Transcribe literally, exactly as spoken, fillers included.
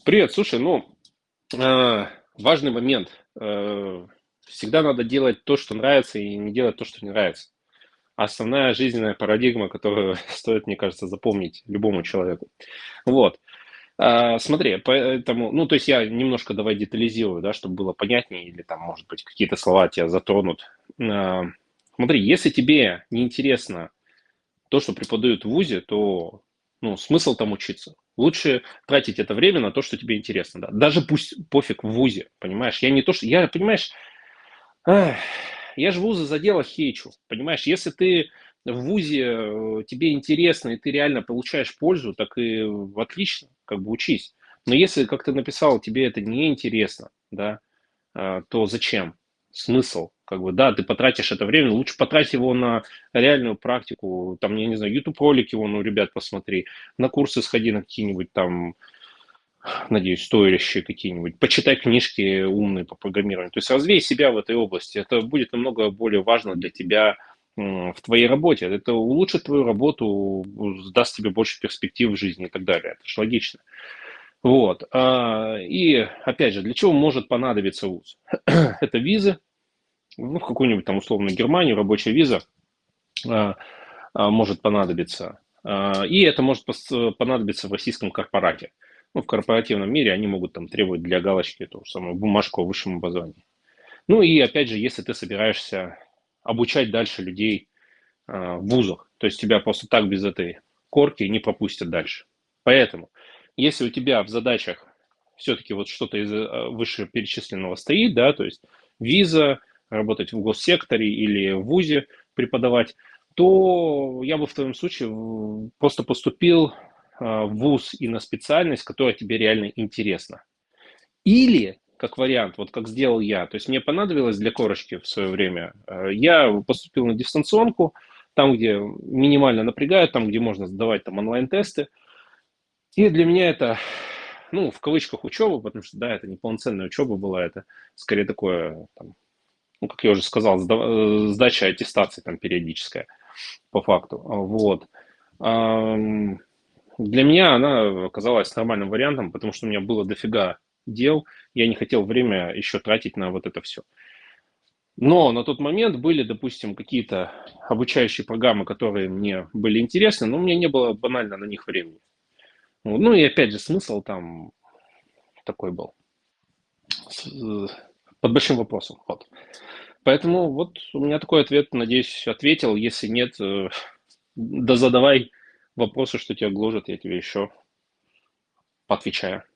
Привет, слушай, ну, э, важный момент. Э, всегда надо делать то, что нравится, и не делать то, что не нравится. Основная жизненная парадигма, которую стоит, мне кажется, запомнить любому человеку. Вот. А, смотри, поэтому, ну, то есть я немножко давай детализирую, да, чтобы было понятнее, или там, может быть, какие-то слова тебя затронут. А, смотри, если тебе неинтересно то, что преподают в ВУЗе, то, ну, смысл там учиться. Лучше тратить это время на то, что тебе интересно, да. Даже пусть пофиг в ВУЗе, понимаешь. Я не то, что... Я, понимаешь, ах, я же вузы за дело хейчу, понимаешь. Если ты в ВУЗе, э, тебе интересно, и ты реально получаешь пользу, так и э, отлично, как бы учись. Но если, как ты написал, тебе это не интересно, да, а, то зачем? Смысл? Как бы, да, ты потратишь это время, лучше потрать его на реальную практику, там, я не знаю, YouTube ролики вон у ребят посмотри, на курсы сходи на какие-нибудь там, надеюсь, стоящие какие-нибудь, почитай книжки умные по программированию, то есть развей себя в этой области, это будет намного более важно для тебя м, в твоей работе, это улучшит твою работу, даст тебе больше перспектив в жизни и так далее, это же логично. Вот. а, И, опять же, для чего может понадобиться ВУЗ? Это визы, ну, в какую-нибудь там условно Германию, рабочая виза а, а, может понадобиться. А, И это может пос- понадобиться в российском корпорате. Ну, в корпоративном мире они могут там требовать для галочки эту самую бумажку о высшем образовании. Ну и опять же, если ты собираешься обучать дальше людей а, в вузах, то есть тебя просто так без этой корки не пропустят дальше. Поэтому, если у тебя в задачах все-таки вот что-то из э, вышеперечисленного стоит, да, то есть виза, работать в госсекторе или в вузе преподавать, то я бы в твоем случае в- просто поступил а, в вуз и на специальность, которая тебе реально интересна. Или, как вариант, вот как сделал я, то есть мне понадобилось для корочки в свое время, э, я поступил на дистанционку, там, где минимально напрягают, там, где можно сдавать там онлайн-тесты. И для меня это, ну, в кавычках учеба, потому что, да, это не полноценная учеба была, это скорее такое, там, ну, как я уже сказал, сда- э, сдача аттестации там периодическая, по факту. А, Вот. Ам, Для меня она оказалась нормальным вариантом, потому что у меня было дофига дел, я не хотел время еще тратить на вот это все. Но на тот момент были, допустим, какие-то обучающие программы, которые мне были интересны, но у меня не было банально на них времени. Вот. Ну и опять же, смысл там такой был, с- э, под большим вопросом. Вот. Поэтому вот у меня такой ответ, надеюсь, ответил. Если нет, э, да задавай вопросы, что тебя гложет, я тебе еще поотвечаю.